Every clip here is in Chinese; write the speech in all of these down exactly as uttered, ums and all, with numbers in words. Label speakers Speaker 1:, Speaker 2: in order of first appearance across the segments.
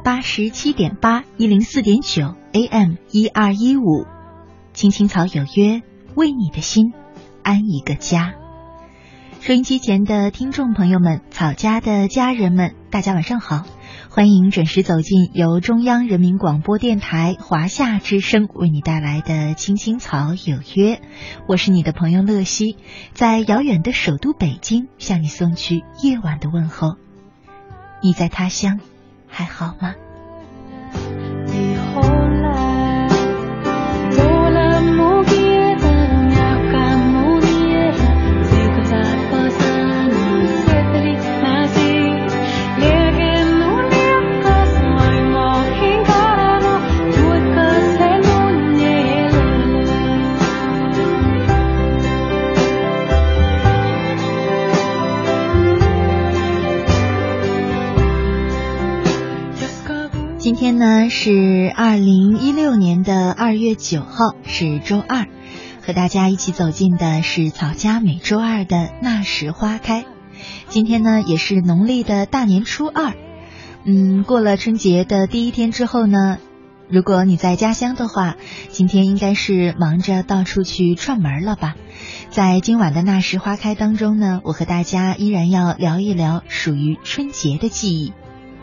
Speaker 1: 八十七点八一零四点九 A M 一二一五，青青草有约，为你的心安一个家。收音机前的听众朋友们，草家的家人们，大家晚上好，欢迎准时走进由中央人民广播电台华夏之声为你带来的青青草有约，我是你的朋友乐西，在遥远的首都北京向你送去夜晚的问候。你在他乡还好吗？今天呢是二零一六年的二月九号，是周二，和大家一起走进的是草家每周二的那时花开。今天呢也是农历的大年初二，嗯，过了春节的第一天之后呢，如果你在家乡的话，今天应该是忙着到处去串门了吧。在今晚的那时花开当中呢，我和大家依然要聊一聊属于春节的记忆。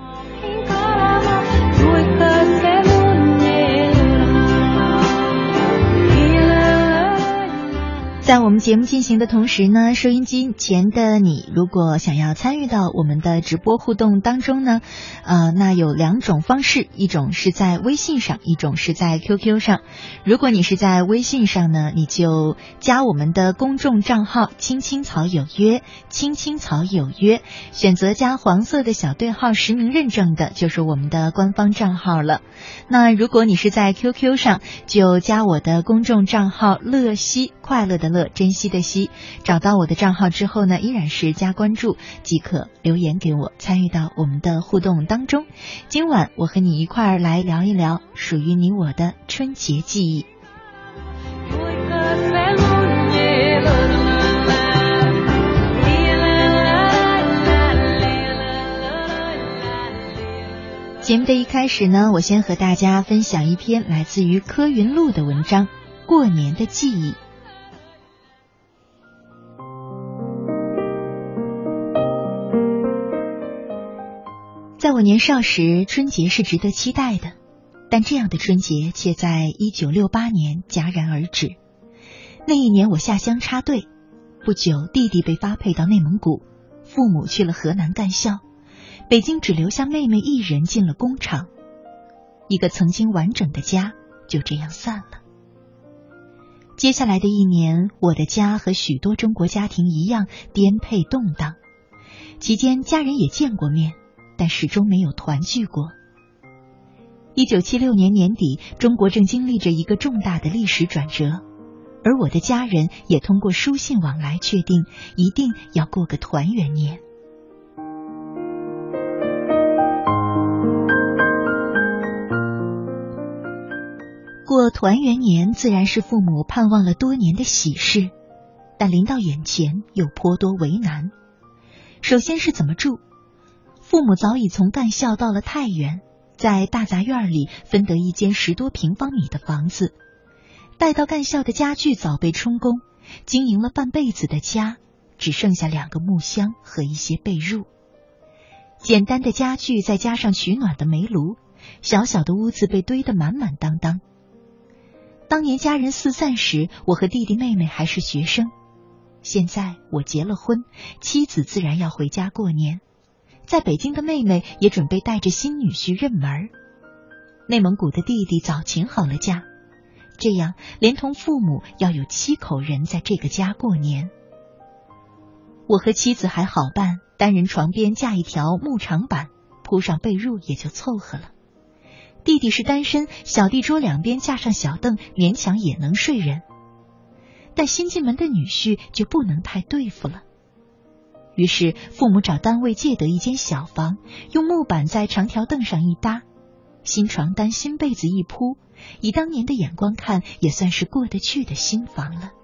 Speaker 1: 在我们节目进行的同时呢，收音机前的你如果想要参与到我们的直播互动当中呢，呃，那有两种方式，一种是在微信上，一种是在 Q Q 上。如果你是在微信上呢，你就加我们的公众账号青青草有约，青青草有约，选择加黄色的小对号实名认证的就是我们的官方账号了。那如果你是在 Q Q 上，就加我的公众账号乐西，快乐的乐，珍惜的惜，找到我的账号之后呢，依然是加关注即可留言给我，参与到我们的互动当中。今晚我和你一块儿来聊一聊属于你我的春节记忆。节目的一开始呢，我先和大家分享一篇来自于柯云路的文章《过年的记忆》。在我年少时，春节是值得期待的，但这样的春节却在一九六八年戛然而止。那一年我下乡插队，不久弟弟被发配到内蒙古，父母去了河南干校，北京只留下妹妹一人进了工厂，一个曾经完整的家就这样散了。接下来的一年，我的家和许多中国家庭一样颠沛动荡，期间家人也见过面，但始终没有团聚过。一九七六年年底，中国正经历着一个重大的历史转折，而我的家人也通过书信往来确定，一定要过个团圆年。过团圆年自然是父母盼望了多年的喜事，但临到眼前又颇多为难。首先是怎么住？父母早已从干校到了太原，在大杂院里分得一间十多平方米的房子。带到干校的家具早被充公，经营了半辈子的家只剩下两个木箱和一些被褥。简单的家具再加上取暖的煤炉，小小的屋子被堆得满满当当。当年家人四散时，我和弟弟妹妹还是学生，现在我结了婚，妻子自然要回家过年，在北京的妹妹也准备带着新女婿认门。内蒙古的弟弟早请好了假，这样连同父母要有七口人在这个家过年。我和妻子还好办，单人床边架一条木长板，铺上被褥也就凑合了。弟弟是单身，小地桌两边架上小凳，勉强也能睡人。但新进门的女婿就不能太对付了。于是父母找单位借得一间小房，用木板在长条凳上一搭，新床单新被子一铺，以当年的眼光看，也算是过得去的新房了。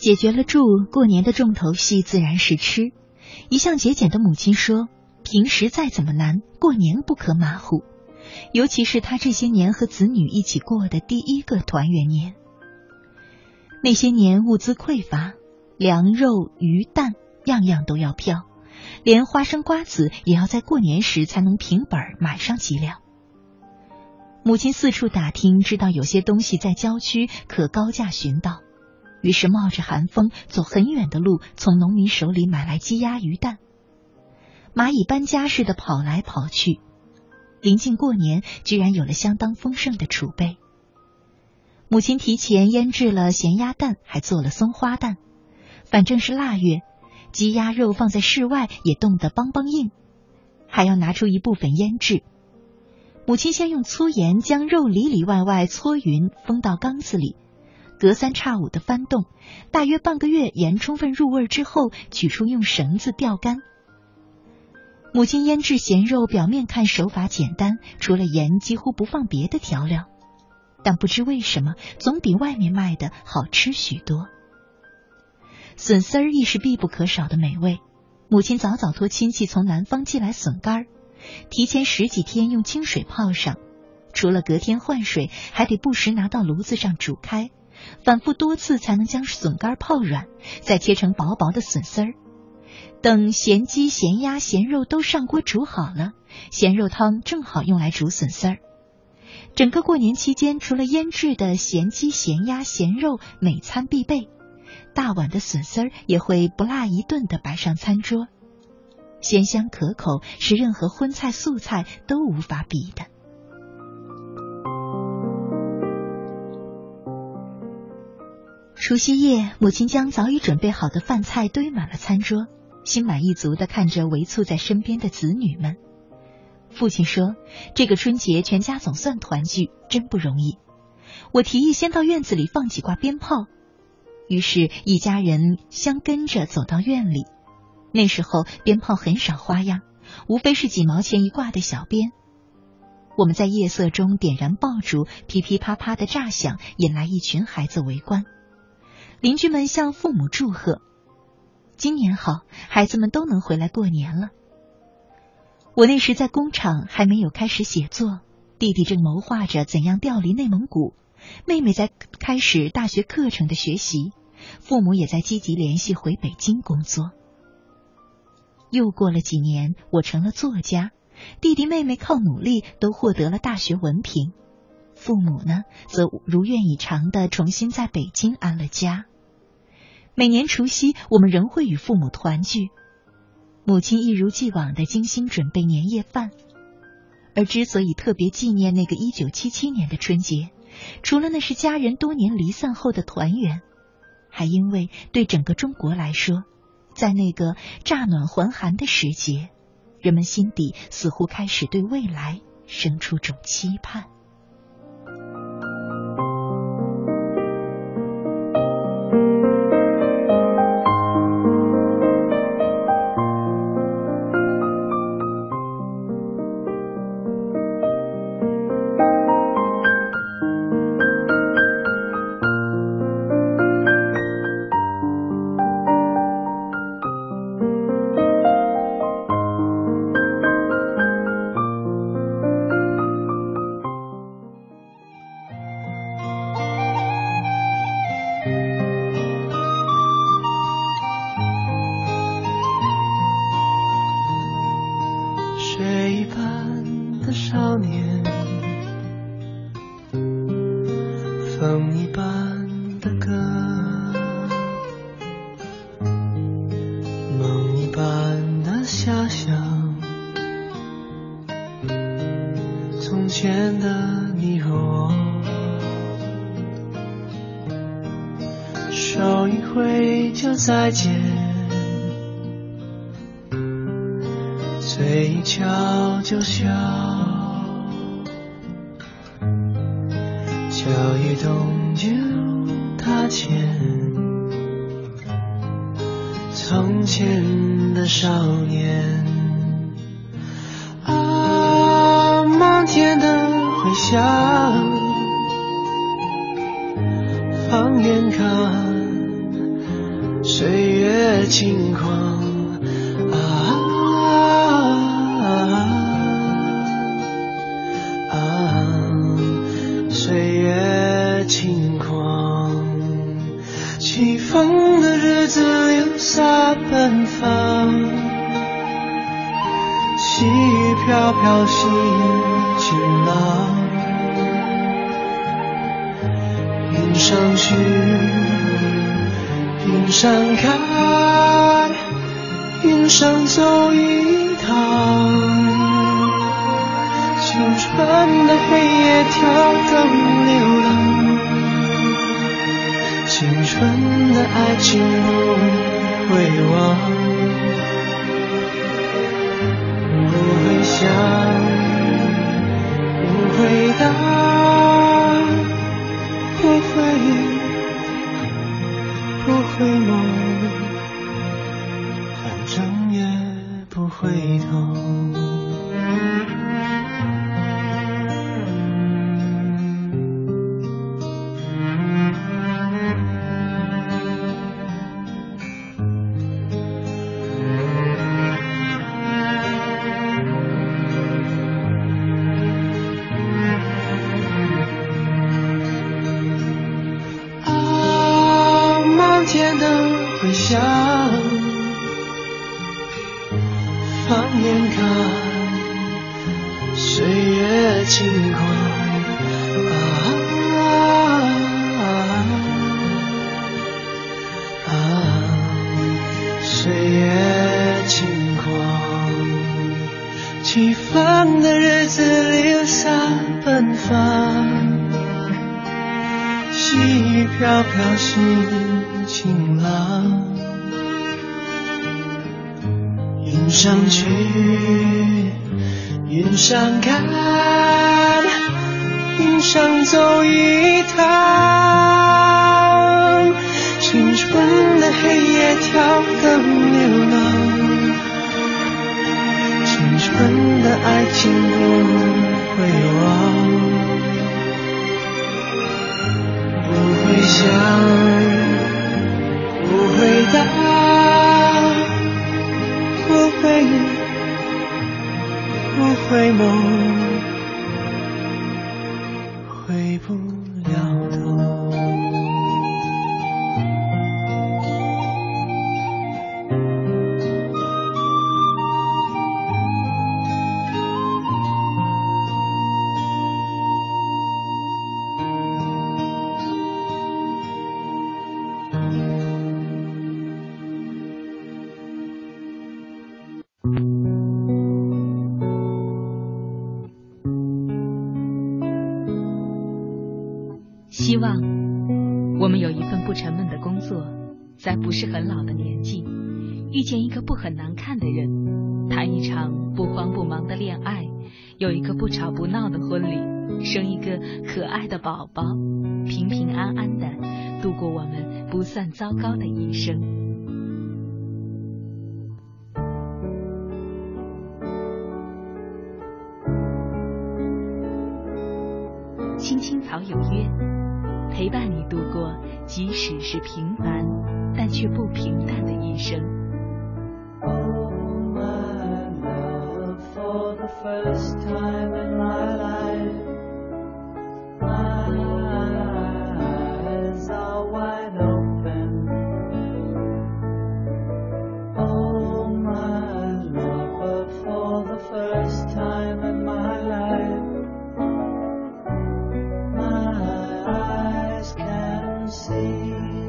Speaker 1: 解决了住，过年的重头戏自然是吃。一向节俭的母亲说，平时再怎么难，过年不可马虎，尤其是她这些年和子女一起过的第一个团圆年。那些年物资匮乏，粮肉鱼蛋样样都要票，连花生瓜子也要在过年时才能凭本买上几两。母亲四处打听，知道有些东西在郊区可高价寻到，于是冒着寒风走很远的路，从农民手里买来鸡鸭鱼蛋。蚂蚁搬家似的跑来跑去，临近过年，居然有了相当丰盛的储备。母亲提前腌制了咸鸭蛋，还做了松花蛋。反正是腊月，鸡鸭肉放在室外也冻得梆梆硬，还要拿出一部分腌制。母亲先用粗盐将肉里里外外搓匀，封到缸子里，隔三差五的翻动，大约半个月盐充分入味之后，取出用绳子吊干。母亲腌制咸肉表面看手法简单，除了盐几乎不放别的调料，但不知为什么总比外面卖的好吃许多。笋丝儿亦是必不可少的美味，母亲早早托亲戚从南方寄来笋干，提前十几天用清水泡上，除了隔天换水，还得不时拿到炉子上煮开，反复多次才能将笋干泡软，再切成薄薄的笋丝儿。等咸鸡、咸鸭、咸肉都上锅煮好了，咸肉汤正好用来煮笋丝儿。整个过年期间，除了腌制的咸鸡、咸鸭、咸肉每餐必备，大碗的笋丝儿也会不落一顿地摆上餐桌，鲜香可口，是任何荤菜素菜都无法比的。除夕夜，母亲将早已准备好的饭菜堆满了餐桌，心满意足地看着围簇在身边的子女们。父亲说，这个春节全家总算团聚，真不容易。我提议先到院子里放几挂鞭炮，于是一家人相跟着走到院里。那时候鞭炮很少花样，无非是几毛钱一挂的小鞭。我们在夜色中点燃爆竹，噼噼啪啪的炸响，引来一群孩子围观。邻居们向父母祝贺，今年好，孩子们都能回来过年了。我那时在工厂还没有开始写作，弟弟正谋划着怎样调离内蒙古，妹妹在开始大学课程的学习，父母也在积极联系回北京工作。又过了几年，我成了作家，弟弟妹妹靠努力都获得了大学文凭，父母呢，则如愿以偿地重新在北京安了家。每年除夕，我们仍会与父母团聚，母亲一如既往地精心准备年夜饭。而之所以特别纪念那个一九七七年的春节，除了那是家人多年离散后的团圆，还因为对整个中国来说，在那个乍暖还寒的时节，人们心底似乎开始对未来生出种期盼。
Speaker 2: 再见，醉一瞧就笑，脚一动就踏前，从前的少年啊，漫天的回响，放眼看月轻狂啊啊啊岁月轻狂，起风的日子流洒奔放，细雨飘飘心晴朗，云上去云上看，云上走一趟，青春的黑夜跳动流浪，青春的爱情不会忘，不会想，不会答，不会不会梦，反正也不回头。放眼看，岁月轻狂啊啊啊岁月轻狂，起风的日子流洒奔放，细雨飘飘心晴朗，云上去云上看，云上走一趟，青春的黑夜跳动流浪，青春的爱情不会忘，不会想，不会答，不会不会梦，回不了头。
Speaker 1: 希望我们有一份不沉闷的工作，在不是很老的年纪，遇见一个不很难看的人，谈一场不慌不忙的恋爱，有一个不吵不闹的婚礼，生一个可爱的宝宝，平平安安的度过我们不算糟糕的一生。青青草有约，陪伴你度过即使是平凡但却不平淡的一生。
Speaker 2: Oh my love, for the first time in my life, my eyes are wide open. Oh my love, for the first time in my life, see.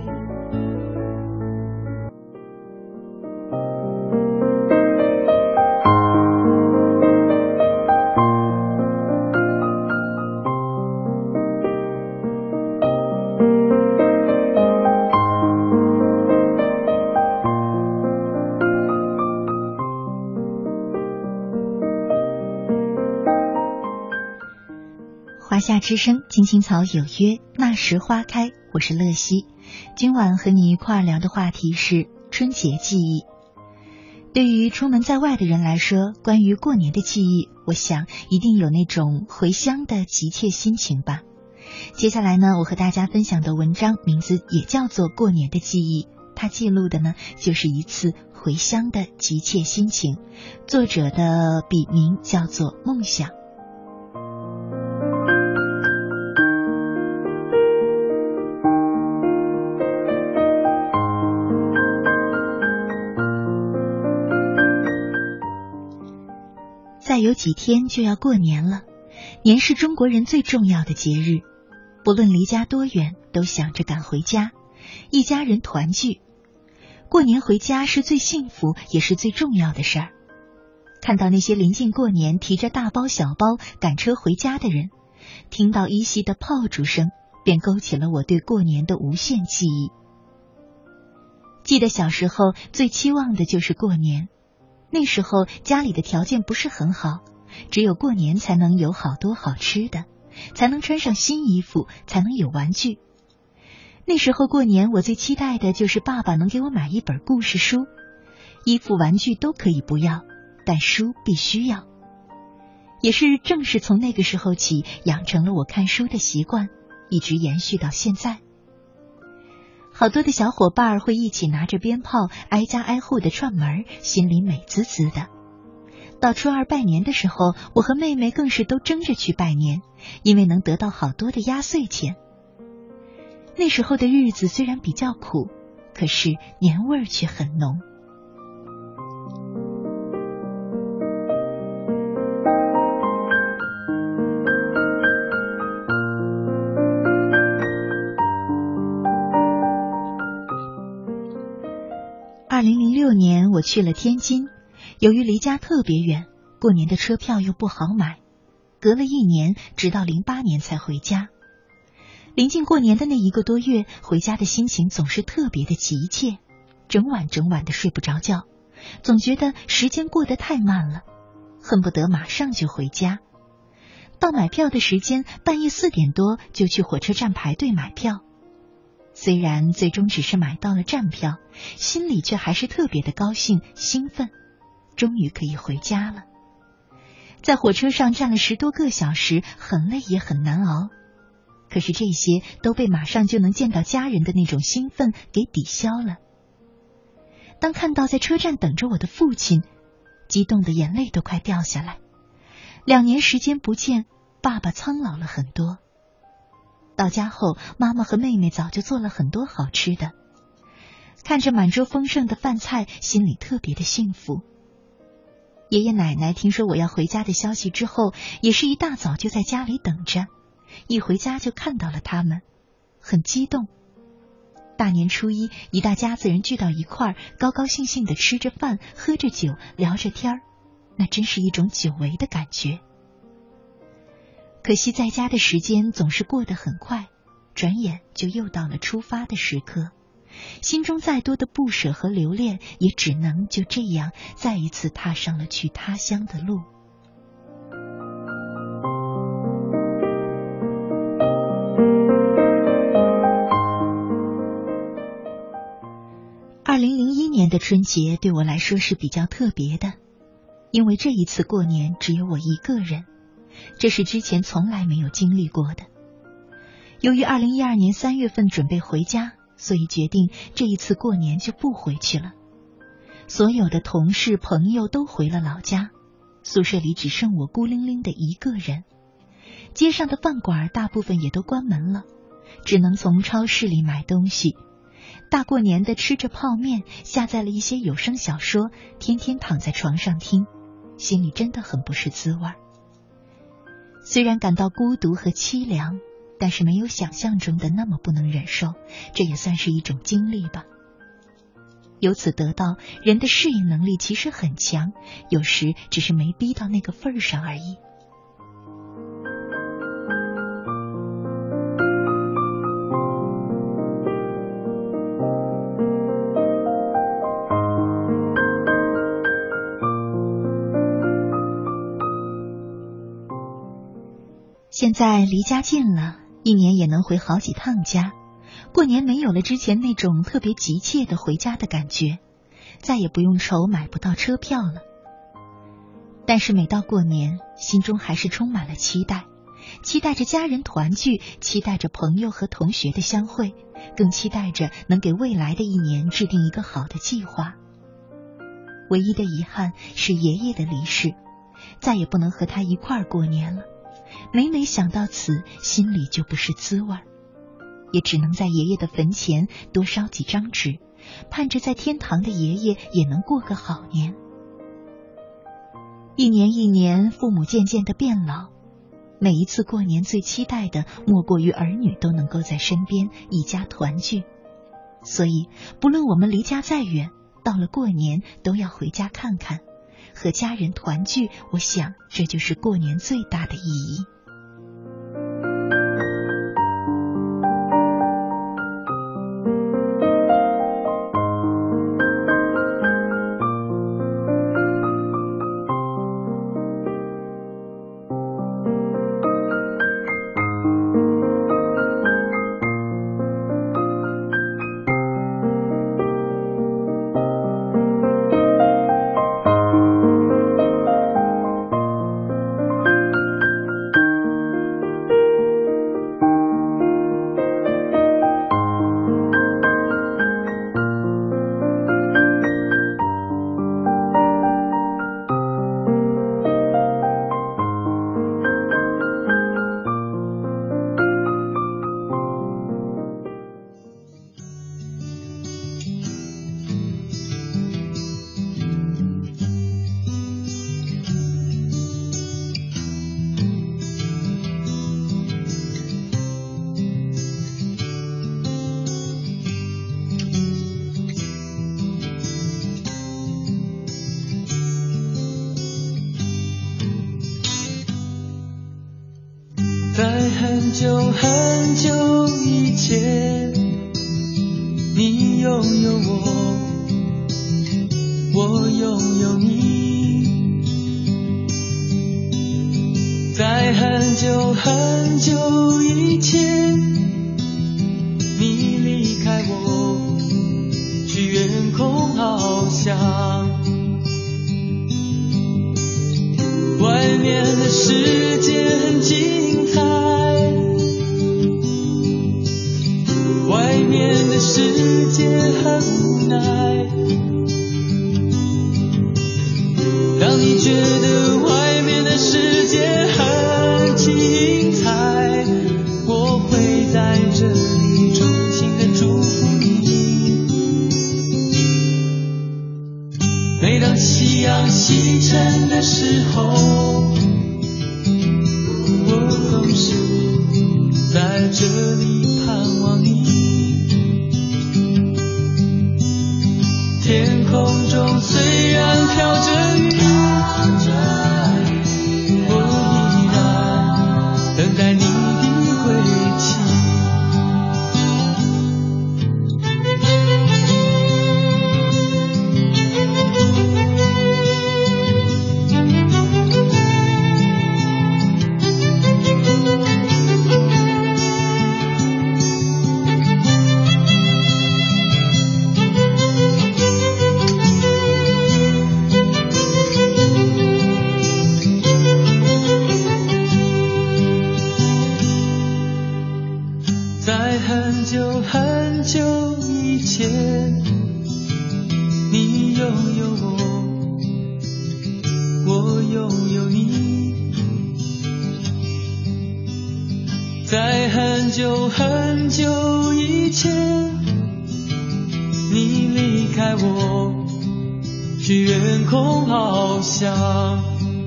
Speaker 1: 华夏之声，青青草有约，那时花开。我是乐西，今晚和你一块聊的话题是春节记忆。对于出门在外的人来说，关于过年的记忆，我想一定有那种回乡的急切心情吧。接下来呢，我和大家分享的文章名字也叫做《过年的记忆》， 它记录的呢，就是一次回乡的急切心情。作者的笔名叫做梦想。再有几天就要过年了，年是中国人最重要的节日，不论离家多远，都想着赶回家，一家人团聚。过年回家是最幸福也是最重要的事儿。看到那些临近过年提着大包小包赶车回家的人，听到依稀的炮竹声，便勾起了我对过年的无限记忆。记得小时候最期望的就是过年，那时候家里的条件不是很好，只有过年才能有好多好吃的，才能穿上新衣服，才能有玩具。那时候过年，我最期待的就是爸爸能给我买一本故事书，衣服玩具都可以不要，但书必须要。也是正是从那个时候起，养成了我看书的习惯，一直延续到现在。好多的小伙伴会一起拿着鞭炮挨家挨户的串门，心里美滋滋的。到初二拜年的时候，我和妹妹更是都争着去拜年，因为能得到好多的压岁钱。那时候的日子虽然比较苦，可是年味儿却很浓。二零零六年我去了天津，由于离家特别远，过年的车票又不好买，隔了一年，直到零八年才回家。临近过年的那一个多月，回家的心情总是特别的急切，整晚整晚的睡不着觉，总觉得时间过得太慢了，恨不得马上就回家。到买票的时间，半夜四点多就去火车站排队买票。虽然最终只是买到了站票，心里却还是特别的高兴兴奋，终于可以回家了。在火车上站了十多个小时，很累也很难熬，可是这些都被马上就能见到家人的那种兴奋给抵消了。当看到在车站等着我的父亲，激动的眼泪都快掉下来。两年时间不见，爸爸苍老了很多。到家后，妈妈和妹妹早就做了很多好吃的，看着满桌丰盛的饭菜，心里特别的幸福。爷爷奶奶听说我要回家的消息之后，也是一大早就在家里等着，一回家就看到了他们，很激动。大年初一，一大家子人聚到一块儿，高高兴兴地吃着饭，喝着酒，聊着天儿，那真是一种久违的感觉。可惜在家的时间总是过得很快，转眼就又到了出发的时刻，心中再多的不舍和留恋，也只能就这样再一次踏上了去他乡的路。二零零一年的春节对我来说是比较特别的，因为这一次过年只有我一个人，这是之前从来没有经历过的。由于二零一二年三月份准备回家，所以决定这一次过年就不回去了。所有的同事朋友都回了老家，宿舍里只剩我孤零零的一个人。街上的饭馆大部分也都关门了，只能从超市里买东西。大过年的吃着泡面，下载了一些有声小说，天天躺在床上听，心里真的很不是滋味。虽然感到孤独和凄凉，但是没有想象中的那么不能忍受，这也算是一种经历吧。由此得到人的适应能力其实很强，有时只是没逼到那个份儿上而已。现在离家近了，一年也能回好几趟家，过年没有了之前那种特别急切的回家的感觉，再也不用愁买不到车票了。但是每到过年，心中还是充满了期待， 期待着家人团聚，期待着朋友和同学的相会，更期待着能给未来的一年制定一个好的计划。唯一的遗憾是爷爷的离世，再也不能和他一块儿过年了。每每想到此，心里就不是滋味，也只能在爷爷的坟前多烧几张纸，盼着在天堂的爷爷也能过个好年。一年一年，父母渐渐地变老，每一次过年最期待的莫过于儿女都能够在身边，一家团聚。所以不论我们离家再远，到了过年都要回家看看，和家人团聚，我想这就是过年最大的意义。
Speaker 2: 在很久很久以前，你拥有我，我拥有你。在很久很久以前，你离开我，去远空翱翔。外面的世界很精彩，外面的世界很无奈。当你觉得外面的世界很精彩，我会在这里衷心的祝福你。每当夕阳西沉的时候，我总是在这里盼望你。天空中虽然飘着雨，我依然等待你的归期。在很久很久以前，你拥有我，我拥有你。在很久很久以前，你离开我，去远空翱翔。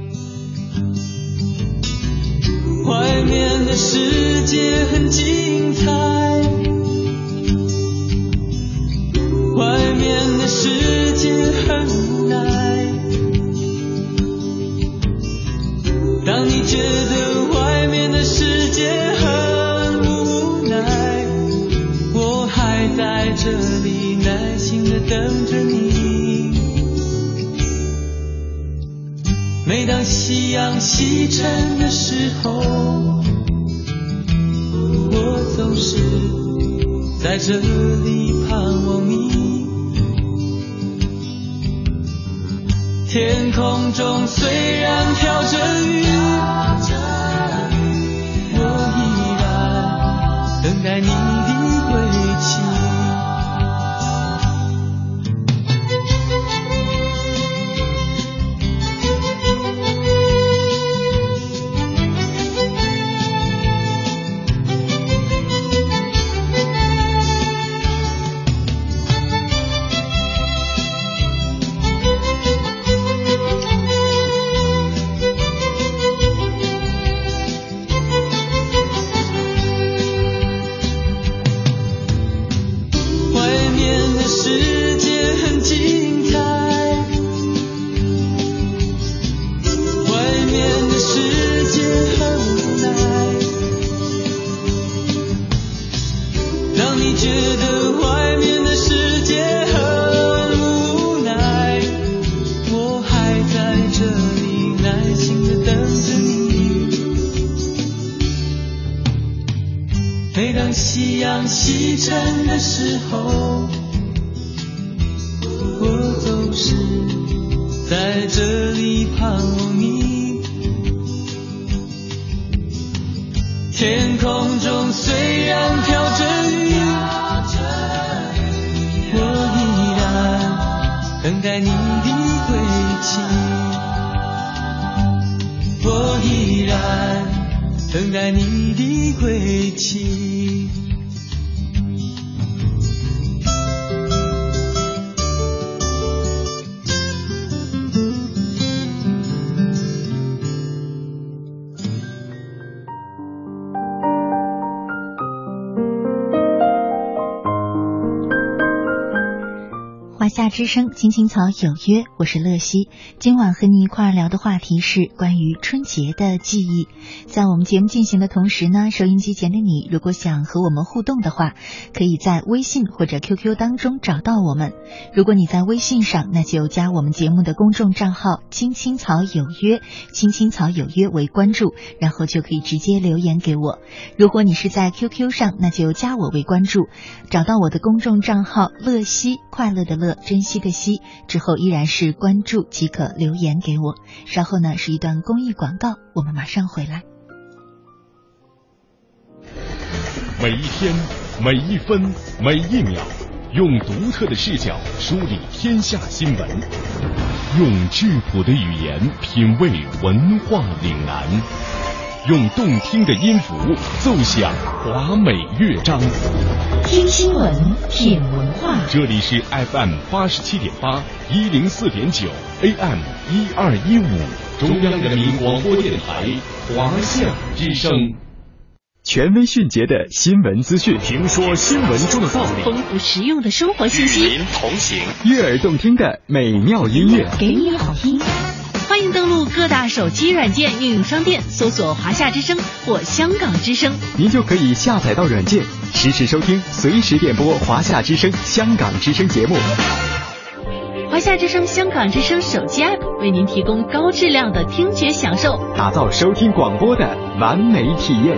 Speaker 2: 外面的世界很精彩，外面的世界很无奈。当你觉得外面的世界很无奈，我还在这里耐心地等着你。每当夕阳西沉的时候，我总是在这里盼望你。天空中虽然飘着雨， 每当夕阳西沉的时候，我总是在这里盼望你。天空中虽然飘着雨，我依然等待你的归期，我依然等待你的归期。
Speaker 1: 华夏之声青青草有约，我是乐西。今晚和你一块聊的话题是关于春节的记忆。在我们节目进行的同时呢，收音机前的你如果想和我们互动的话，可以在微信或者 Q Q 当中找到我们。如果你在微信上，那就加我们节目的公众账号青青草有约，青青草有约为关注，然后就可以直接留言给我。如果你是在 Q Q 上，那就加我为关注，找到我的公众账号乐西，快乐的乐，珍惜的惜，之后依然是关注即可留言给我。稍后呢是一段公益广告，我们马上回来。
Speaker 3: 每一天，每一分，每一秒，用独特的视角梳理天下新闻，用质朴的语言品味文化岭南，用动听的音符奏响华美乐章。
Speaker 1: 听新闻，品文化。
Speaker 3: 这里是 F M 八十七点八，一零四点九 A M 一二一五，中央人民广播电台华夏之声。
Speaker 4: 权威迅捷的新闻资讯，
Speaker 3: 评说新闻中的道理，
Speaker 5: 丰富实用的生活信息，
Speaker 3: 与您同行，
Speaker 4: 悦耳动听的美妙音乐，
Speaker 5: 给你好听。欢迎登录各大手机软件应用商店，搜索华夏之声或香港之声，
Speaker 4: 您就可以下载到软件，实时收听，随时点播华夏之声、香港之声节目。
Speaker 5: 华夏之声、香港之声手机 App 为您提供高质量的听觉享受，
Speaker 4: 打造收听广播的完美体验。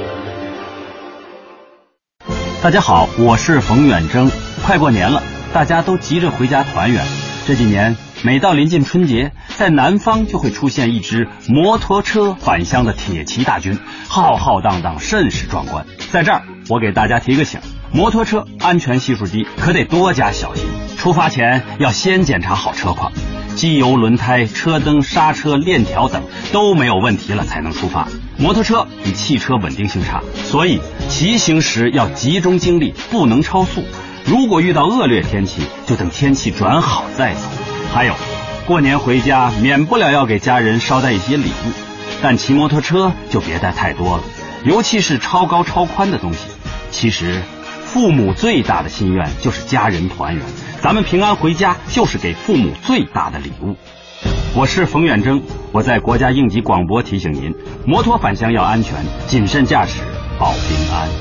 Speaker 6: 大家好，我是冯远征。快过年了，大家都急着回家团圆。这几年每到临近春节，在南方就会出现一支摩托车返乡的铁骑大军，浩浩荡荡，甚是壮观。在这儿我给大家提个醒，摩托车安全系数低，可得多加小心。出发前要先检查好车况，机油、轮胎、车灯、刹车、链条等都没有问题了才能出发。摩托车比汽车稳定性差，所以骑行时要集中精力，不能超速。如果遇到恶劣天气，就等天气转好再走。还有，过年回家免不了要给家人捎带一些礼物，但骑摩托车就别带太多了，尤其是超高超宽的东西。其实父母最大的心愿就是家人团圆，咱们平安回家就是给父母最大的礼物。我是冯远征，我在国家应急广播提醒您，摩托返乡要安全，谨慎驾驶保平安。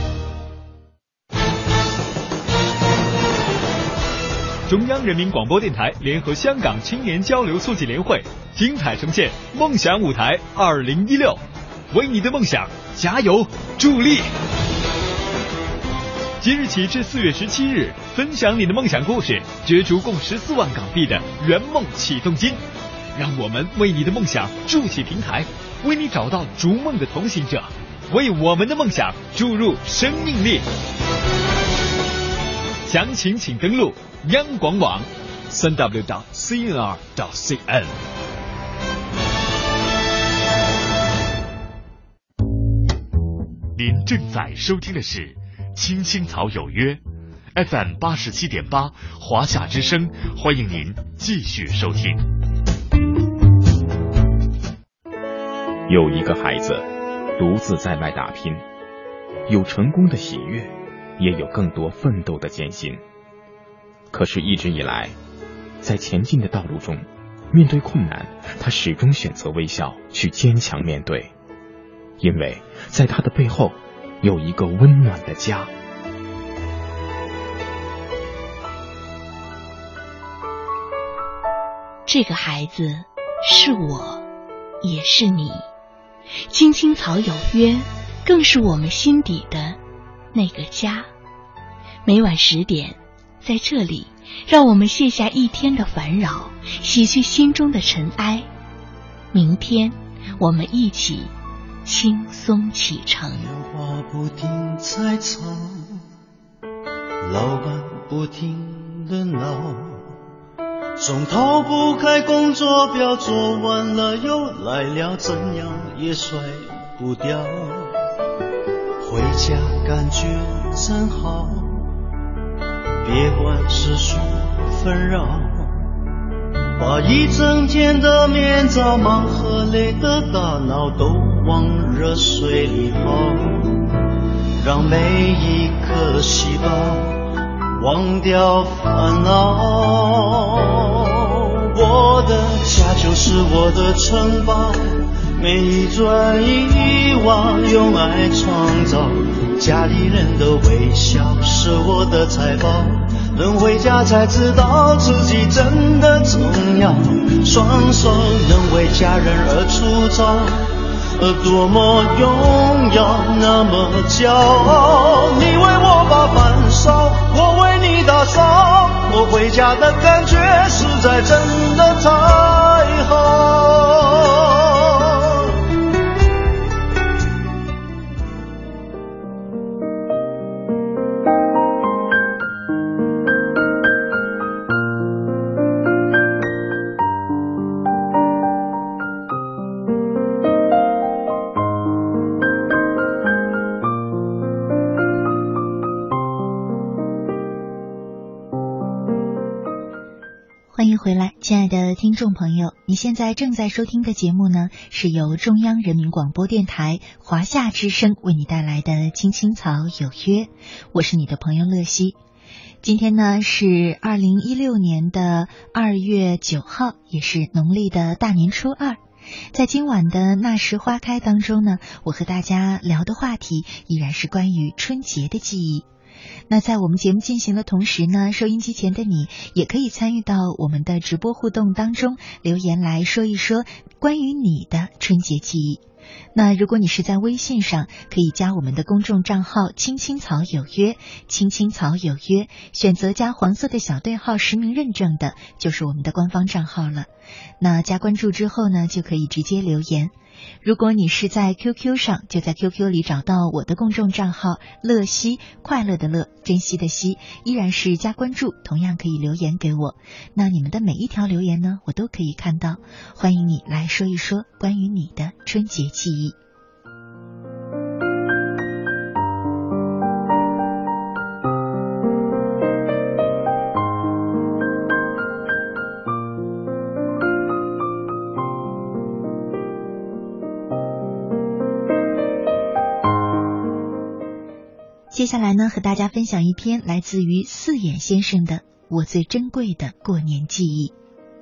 Speaker 7: 中央人民广播电台联合香港青年交流促进联会精彩呈现梦想舞台二零一六，为你的梦想加油助力。即日起至四月十七日，分享你的梦想故事，角逐共十四万港币的圆梦启动金。让我们为你的梦想筑起平台，为你找到逐梦的同行者，为我们的梦想注入生命力。详情请登录央广网 三 w 点 c n r 点 c n。
Speaker 3: 您正在收听的是青青草有约 F M 八十七点八华夏之声，欢迎您继续收听。
Speaker 8: 有一个孩子独自在外打拼，有成功的喜悦，也有更多奋斗的艰辛。可是一直以来，在前进的道路中，面对困难，他始终选择微笑，去坚强面对，因为在他的背后有一个温暖的家。
Speaker 5: 这个孩子是我，也是你。青青草有约，更是我们心底的
Speaker 9: 那个家。每晚十点，在这里，让我们卸下一天的烦扰，洗去心中的尘埃。明天，我们一起轻松启程。
Speaker 10: 电话不停在吵，老板不停地闹，总逃不开工作表，做完了又来了，怎样也甩不掉。回家感觉真好，别管世俗纷扰，把一整天的面罩、忙和累的大脑都往热水里泡，让每一颗细胞忘掉烦恼。我的家就是我的城堡，每一砖一瓦用爱创造，家里人的微笑是我的财宝，能回家才知道自己真的重要，双手能为家人而出招，多么荣耀，那么骄傲。你为我把饭烧，我为你打扫，我回家的感觉实在真的太好。
Speaker 1: 欢迎回来，亲爱的听众朋友，你现在正在收听的节目呢，是由中央人民广播电台华夏之声为你带来的《青青草有约》，我是你的朋友乐西。今天呢是二零一六年的二月九号，也是农历的大年初二。在今晚的那时花开当中呢，我和大家聊的话题依然是关于春节的记忆。那在我们节目进行的同时呢，收音机前的你也可以参与到我们的直播互动当中，留言来说一说关于你的春节记忆。那如果你是在微信上，可以加我们的公众账号青青草有约，青青草有约，选择加黄色的小对号实名认证的，就是我们的官方账号了。那加关注之后呢，就可以直接留言。如果你是在 Q Q 上，就在 Q Q 里找到我的公众账号乐西，快乐的乐，珍惜的惜，依然是加关注，同样可以留言给我。那你们的每一条留言呢，我都可以看到，欢迎你来说一说关于你的春节记忆。接下来呢，和大家分享一篇来自于四眼先生的《我最珍贵的过年记忆》。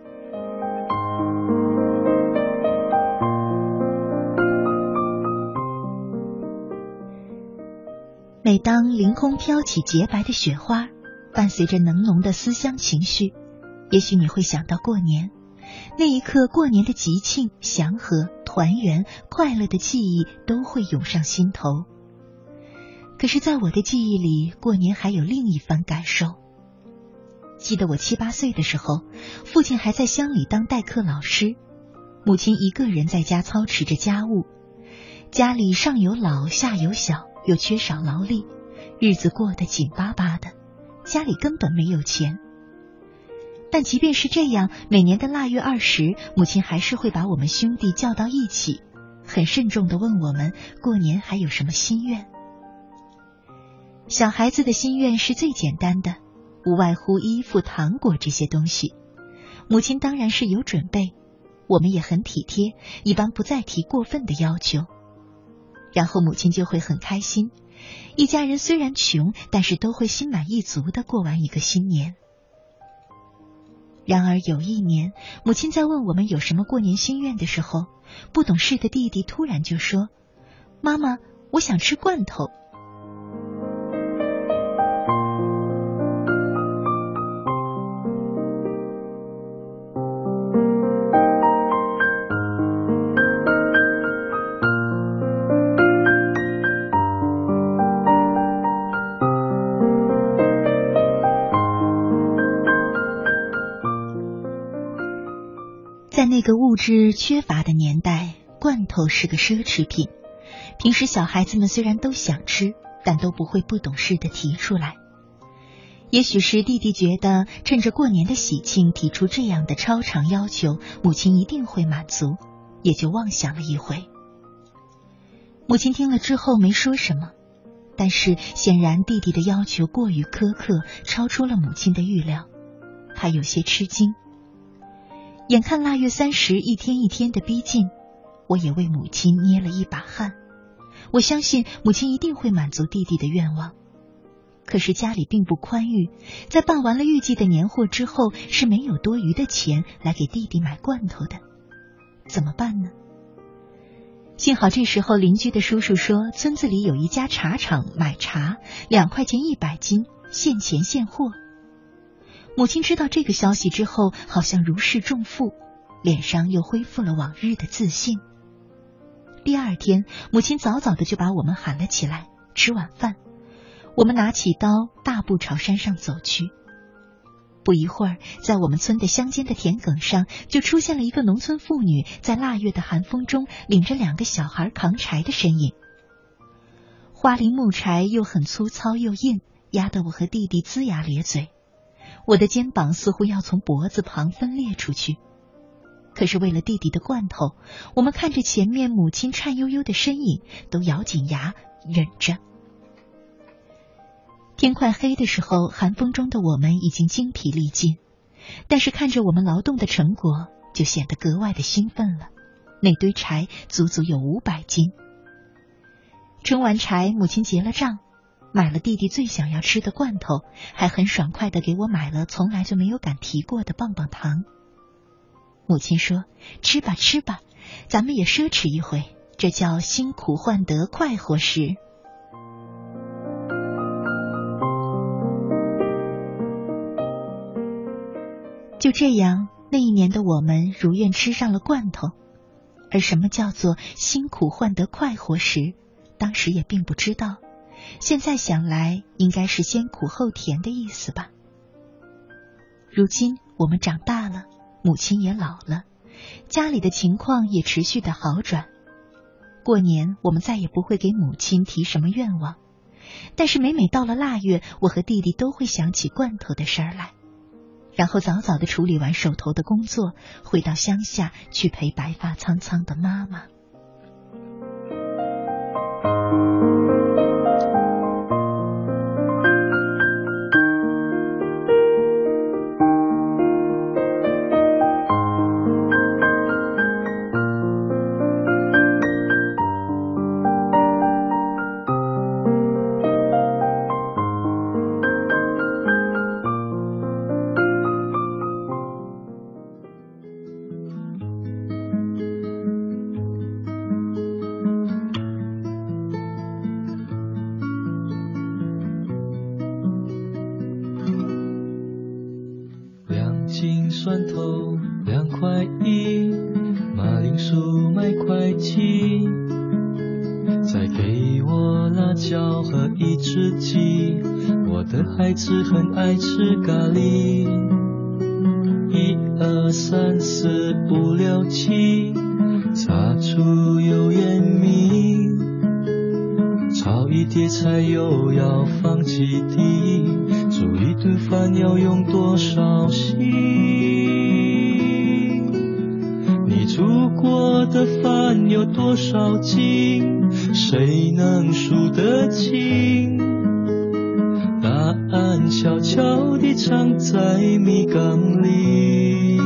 Speaker 1: 每当凌空飘起洁白的雪花，伴随着浓浓的思乡情绪，也许你会想到过年。那一刻，过年的吉庆、祥和、团圆、快乐的记忆都会涌上心头。可是在我的记忆里，过年还有另一番感受。记得我七八岁的时候，父亲还在乡里当代课老师，母亲一个人在家操持着家务，家里上有老下有小，又缺少劳力，日子过得紧巴巴的，家里根本没有钱。但即便是这样，每年的腊月二十，母亲还是会把我们兄弟叫到一起，很慎重地问我们过年还有什么心愿。小孩子的心愿是最简单的，无外乎衣服、糖果这些东西。母亲当然是有准备，我们也很体贴，一般不再提过分的要求。然后母亲就会很开心，一家人虽然穷，但是都会心满意足地过完一个新年。然而有一年，母亲在问我们有什么过年心愿的时候，不懂事的弟弟突然就说：“妈妈，我想吃罐头。” 那个物质缺乏的年代，罐头是个奢侈品。平时小孩子们虽然都想吃，但都不会不懂事地提出来。也许是弟弟觉得趁着过年的喜庆提出这样的超常要求，母亲一定会满足，也就妄想了一回。母亲听了之后没说什么，但是显然弟弟的要求过于苛刻，超出了母亲的预料，还有些吃惊。眼看腊月三十一天一天的逼近，我也为母亲捏了一把汗。我相信母亲一定会满足弟弟的愿望，可是家里并不宽裕，在办完了预计的年货之后，是没有多余的钱来给弟弟买罐头的，怎么办呢？幸好这时候邻居的叔叔说，村子里有一家茶厂买茶，两块钱一百斤，现钱现货。母亲知道这个消息之后，好像如释重负，脸上又恢复了往日的自信。第二天，母亲早早的就把我们喊了起来，吃晚饭。我们拿起刀，大步朝山上走去。不一会儿，在我们村的乡间的田埂上，就出现了一个农村妇女在腊月的寒风中领着两个小孩扛柴的身影。花林木柴又很粗糙又硬，压得我和弟弟龇牙咧嘴。我的肩膀似乎要从脖子旁分裂出去。可是为了弟弟的罐头，我们看着前面母亲颤悠悠的身影，都咬紧牙忍着。天快黑的时候，寒风中的我们已经精疲力尽，但是看着我们劳动的成果，就显得格外的兴奋了。那堆柴足足有五百斤。称完柴，母亲结了账，买了弟弟最想要吃的罐头，还很爽快地给我买了从来就没有敢提过的棒棒糖。母亲说，吃吧吃吧，咱们也奢侈一回，这叫辛苦换得快活时。就这样，那一年的我们如愿吃上了罐头。而什么叫做辛苦换得快活时，当时也并不知道，现在想来应该是先苦后甜的意思吧。如今我们长大了，母亲也老了，家里的情况也持续的好转。过年我们再也不会给母亲提什么愿望，但是每每到了腊月，我和弟弟都会想起罐头的事儿来，然后早早的处理完手头的工作，回到乡下去陪白发苍苍的妈妈。
Speaker 2: 孩子很爱吃咖喱，一二三四五六七，擦出油盐米，炒一碟菜又要放几滴，煮一顿饭要用多少心？你煮过的饭有多少斤？谁能数得清？答案悄悄地藏在米缸里。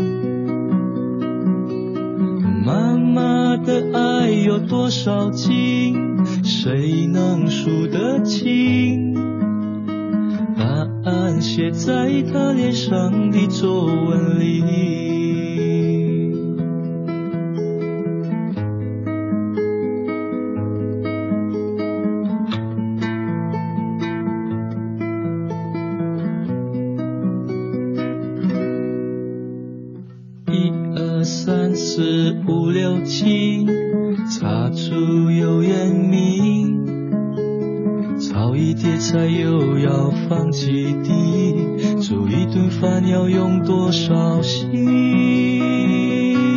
Speaker 2: 妈妈的爱有多少斤？谁能数得清？答案写在她脸上的皱纹里。三四五六七，擦出油盐米，炒一碟菜又要放几滴，煮一顿饭要用多少心？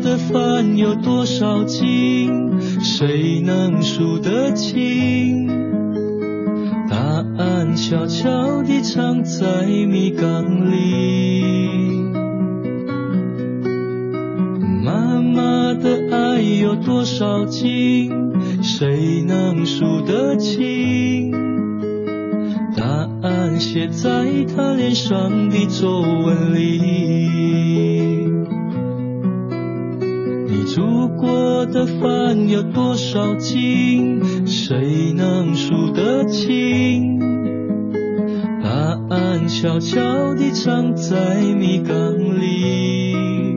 Speaker 2: 的饭有多少斤？谁能数得清？答案悄悄地藏在米缸里。妈妈的爱有多少斤？谁能数得清？答案写在她脸上的皱纹里。你煮过的饭有多少斤？谁能数得清？答案悄悄地藏在米缸里。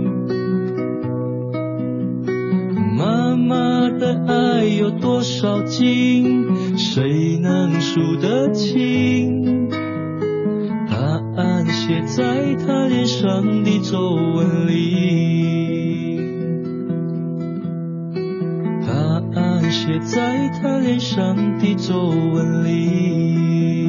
Speaker 2: 妈妈的爱有多少斤？谁能数得清？答案写在她脸上的皱纹里。答案写在她脸上的皱纹里。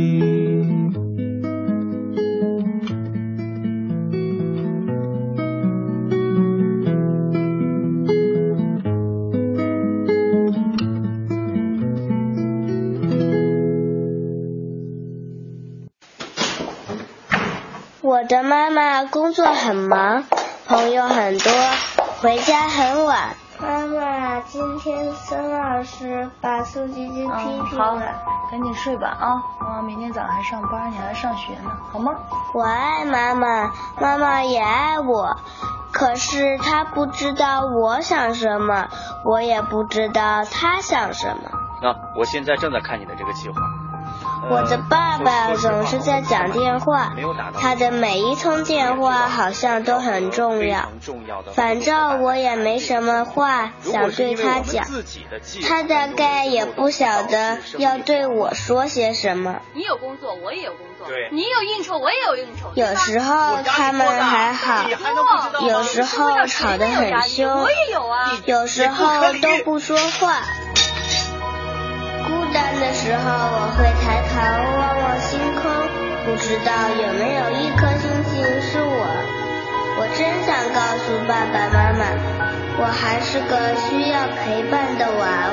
Speaker 11: 我的妈妈工作很忙，朋友很多，回家很晚。妈妈，今天孙老师把苏姐姐批评了。
Speaker 12: 嗯、好，赶紧睡吧啊！妈妈明天早上还上班，你还要上学呢，好吗？
Speaker 11: 我爱妈妈，妈妈也爱我，可是她不知道我想什么，我也不知道她想什么。
Speaker 13: 那、啊、我现在正在看你的这个计划。
Speaker 11: 我的爸爸总是在讲电话，他的每一通电话好像都很重要。反正我也没什么话想对他讲，他大概也不晓得要对我说些什么。
Speaker 14: 你有工作，我也有工作；你有应酬，我也有应酬。
Speaker 11: 有时候他们还好，有时候吵得很凶，
Speaker 14: 我也有啊。
Speaker 11: 有时候都不说话。孤单的时候，我会抬头望望星空，不知道有没有一颗星星是我。我真想告诉爸爸妈妈，我还是个需要陪伴的娃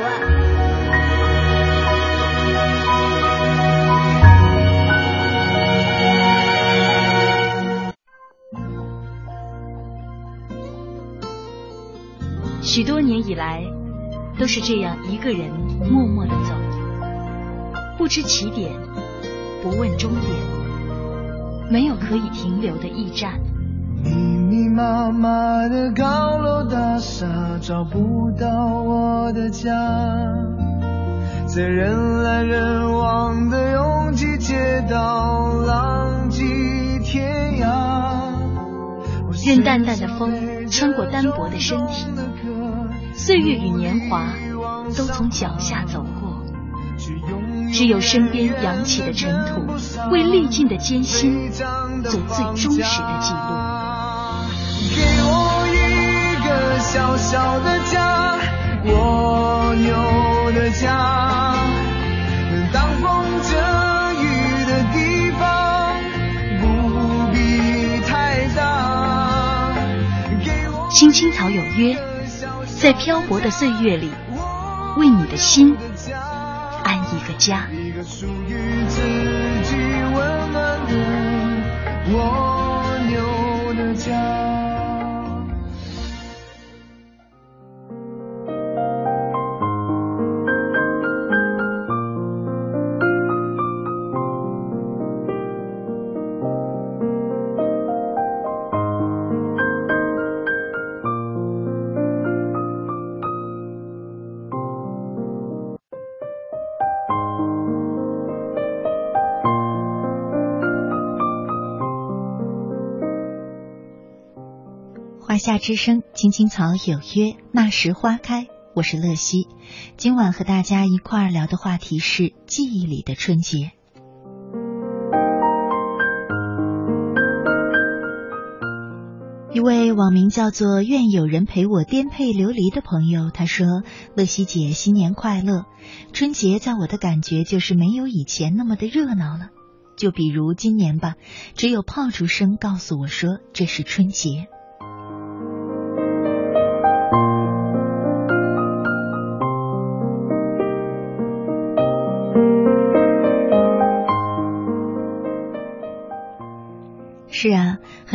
Speaker 9: 娃。许多年以来，都是这样一个人默默地走，不知起点，不问终点，没有可以停留的驿站。
Speaker 15: 密密麻麻的高楼大厦，找不到我的家，在人来人往的拥挤街道，浪迹天涯。
Speaker 9: 任淡淡的风穿过单薄的身体，岁月与年华都从脚下走过，只有身边扬起的尘土，为历尽的艰辛做最忠实的记录。
Speaker 15: 给我一个小小的家，蜗牛的家，当风遮雨的地方，不必太大。
Speaker 9: 青青草有约，在漂泊的岁月里，为你的心安一个家。
Speaker 15: 一个属于自己温暖的蜗牛的家。
Speaker 1: 华夏之声，青青草有约，那时花开。我是乐西，今晚和大家一块儿聊的话题是记忆里的春节。一位网名叫做愿有人陪我颠沛流离的朋友，他说：乐西姐新年快乐，春节在我的感觉就是没有以前那么的热闹了，就比如今年吧，只有炮竹声告诉我说这是春节。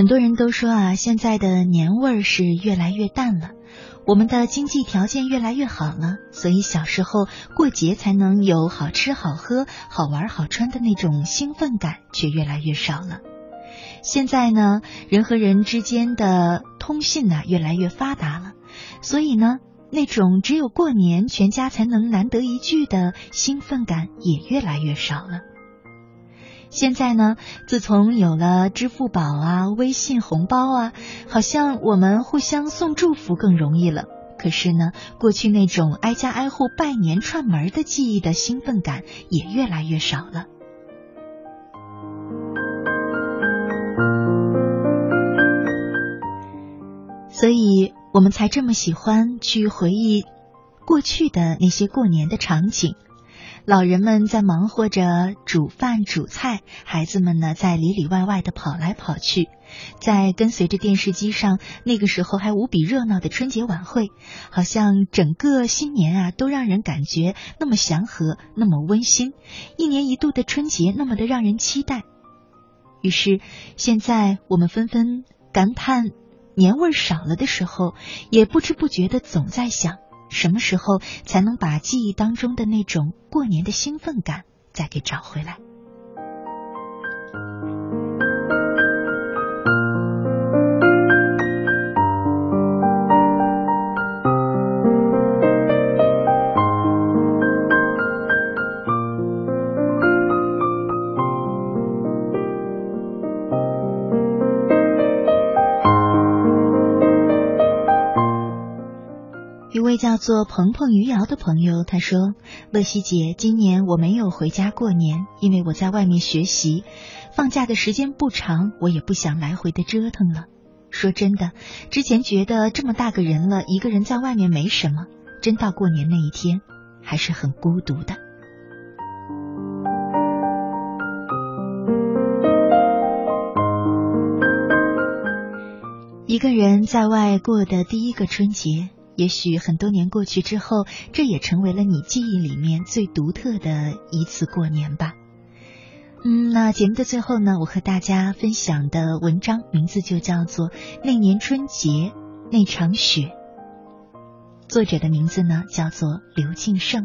Speaker 1: 多人都说啊，现在的年味儿是越来越淡了，我们的经济条件越来越好了，所以小时候过节才能有好吃好喝好玩好穿的那种兴奋感却越来越少了。现在呢，人和人之间的通信呢、啊、越来越发达了，所以呢那种只有过年全家才能难得一聚的兴奋感也越来越少了。现在呢，自从有了支付宝啊、微信红包啊，好像我们互相送祝福更容易了。可是呢，过去那种挨家挨户拜年串门的记忆的兴奋感也越来越少了。所以我们才这么喜欢去回忆过去的那些过年的场景。老人们在忙活着煮饭煮菜，孩子们呢在里里外外的跑来跑去，在跟随着电视机上那个时候还无比热闹的春节晚会，好像整个新年啊都让人感觉那么祥和，那么温馨，一年一度的春节那么的让人期待。于是现在我们纷纷感叹年味少了的时候，也不知不觉的总在想，什么时候才能把记忆当中的那种过年的兴奋感再给找回来。一位叫做鹏鹏余姚的朋友他说，乐西姐，今年我没有回家过年，因为我在外面学习，放假的时间不长，我也不想来回的折腾了。说真的，之前觉得这么大个人了，一个人在外面没什么，真到过年那一天还是很孤独的。一个人在外过的第一个春节，也许很多年过去之后，这也成为了你记忆里面最独特的一次过年吧。嗯，那节目的最后呢，我和大家分享的文章名字就叫做《那年春节那场雪》，作者的名字呢叫做刘敬胜。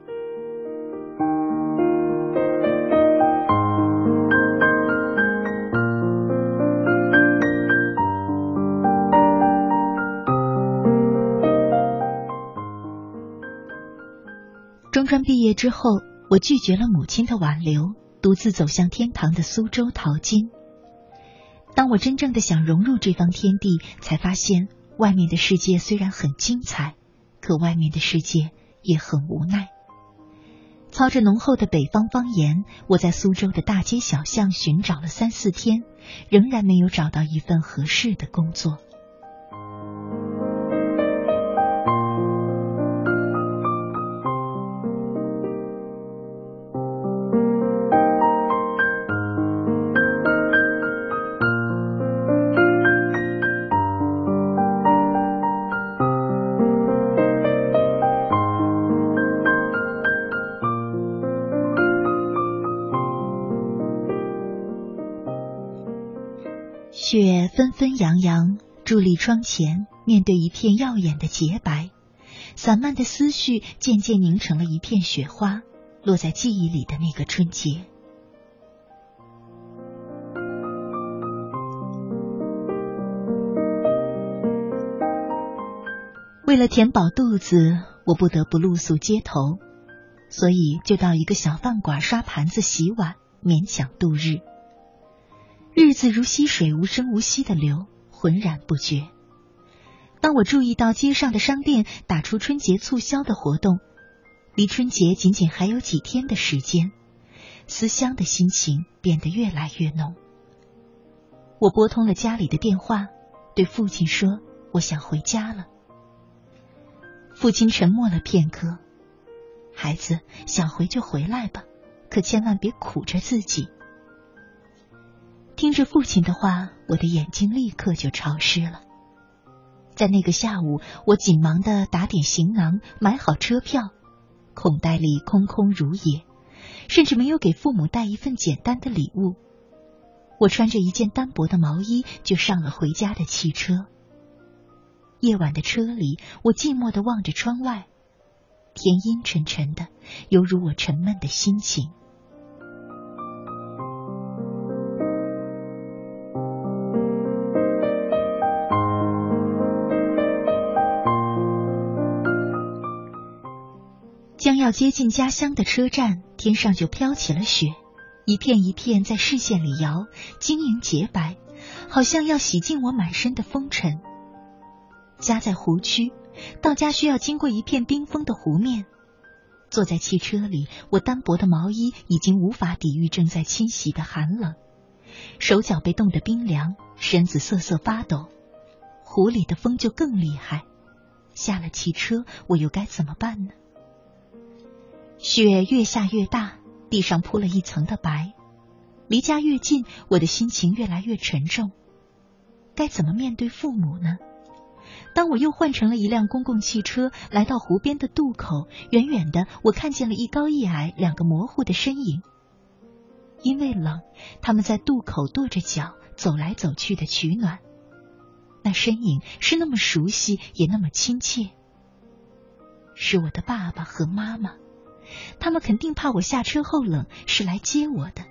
Speaker 1: 中专毕业之后，我拒绝了母亲的挽留，独自走向天堂的苏州淘金。当我真正的想融入这方天地，才发现外面的世界虽然很精彩，可外面的世界也很无奈。操着浓厚的北方方言，我在苏州的大街小巷寻找了三四天，仍然没有找到一份合适的工作。雪纷纷扬扬，伫立窗前，面对一片耀眼的洁白，散漫的思绪渐渐凝成了一片雪花，落在记忆里的那个春节。为了填饱肚子，我不得不露宿街头，所以就到一个小饭馆刷盘子洗碗，勉强度日。日子如溪水无声无息地流，浑然不觉。当我注意到街上的商店打出春节促销的活动，离春节仅仅还有几天的时间，思乡的心情变得越来越浓。我拨通了家里的电话，对父亲说我想回家了。父亲沉默了片刻，孩子，想回就回来吧，可千万别苦着自己。听着父亲的话，我的眼睛立刻就潮湿了。在那个下午，我紧忙地打点行囊，买好车票，口袋里空空如也，甚至没有给父母带一份简单的礼物。 我穿着一件单薄的毛衣就上了回家的汽车。夜晚的车里，我寂寞地望着窗外，天阴沉沉的，犹如我沉闷的心情。将要接近家乡的车站，天上就飘起了雪，一片一片在视线里摇，晶莹洁白，好像要洗净我满身的风尘。家在湖区，到家需要经过一片冰封的湖面。坐在汽车里，我单薄的毛衣已经无法抵御正在侵袭的寒冷，手脚被冻得冰凉，身子瑟瑟发抖。湖里的风就更厉害，下了汽车，我又该怎么办呢？雪越下越大，地上铺了一层的白。离家越近，我的心情越来越沉重。该怎么面对父母呢？当我又换成了一辆公共汽车，来到湖边的渡口，远远的我看见了一高一矮两个模糊的身影。因为冷，他们在渡口跺着脚，走来走去的取暖。那身影是那么熟悉，也那么亲切。是我的爸爸和妈妈，他们肯定怕我下车后冷，是来接我的。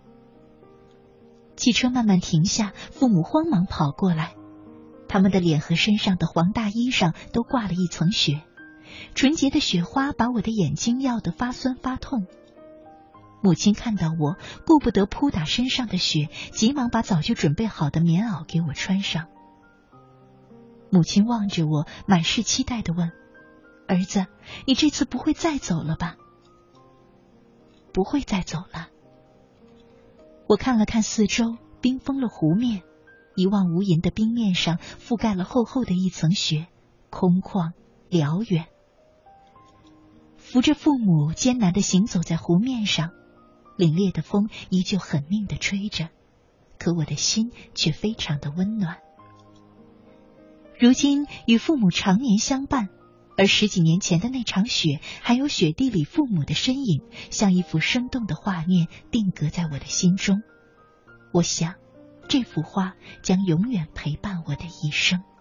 Speaker 1: 汽车慢慢停下，父母慌忙跑过来，他们的脸和身上的黄大衣上都挂了一层雪，纯洁的雪花把我的眼睛耀得发酸发痛。母亲看到我，顾不得扑打身上的雪，急忙把早就准备好的棉袄给我穿上。母亲望着我，满是期待地问：儿子，你这次不会再走了吧？不会再走了。我看了看四周，冰封了湖面，一望无垠的冰面上覆盖了厚厚的一层雪，空旷辽远。扶着父母艰难地行走在湖面上，凛冽的风依旧狠命地吹着，可我的心却非常的温暖。如今与父母常年相伴，而十几年前的那场雪，还有雪地里父母的身影，像一幅生动的画面定格在我的心中。我想，这幅画将永远陪伴我的一生。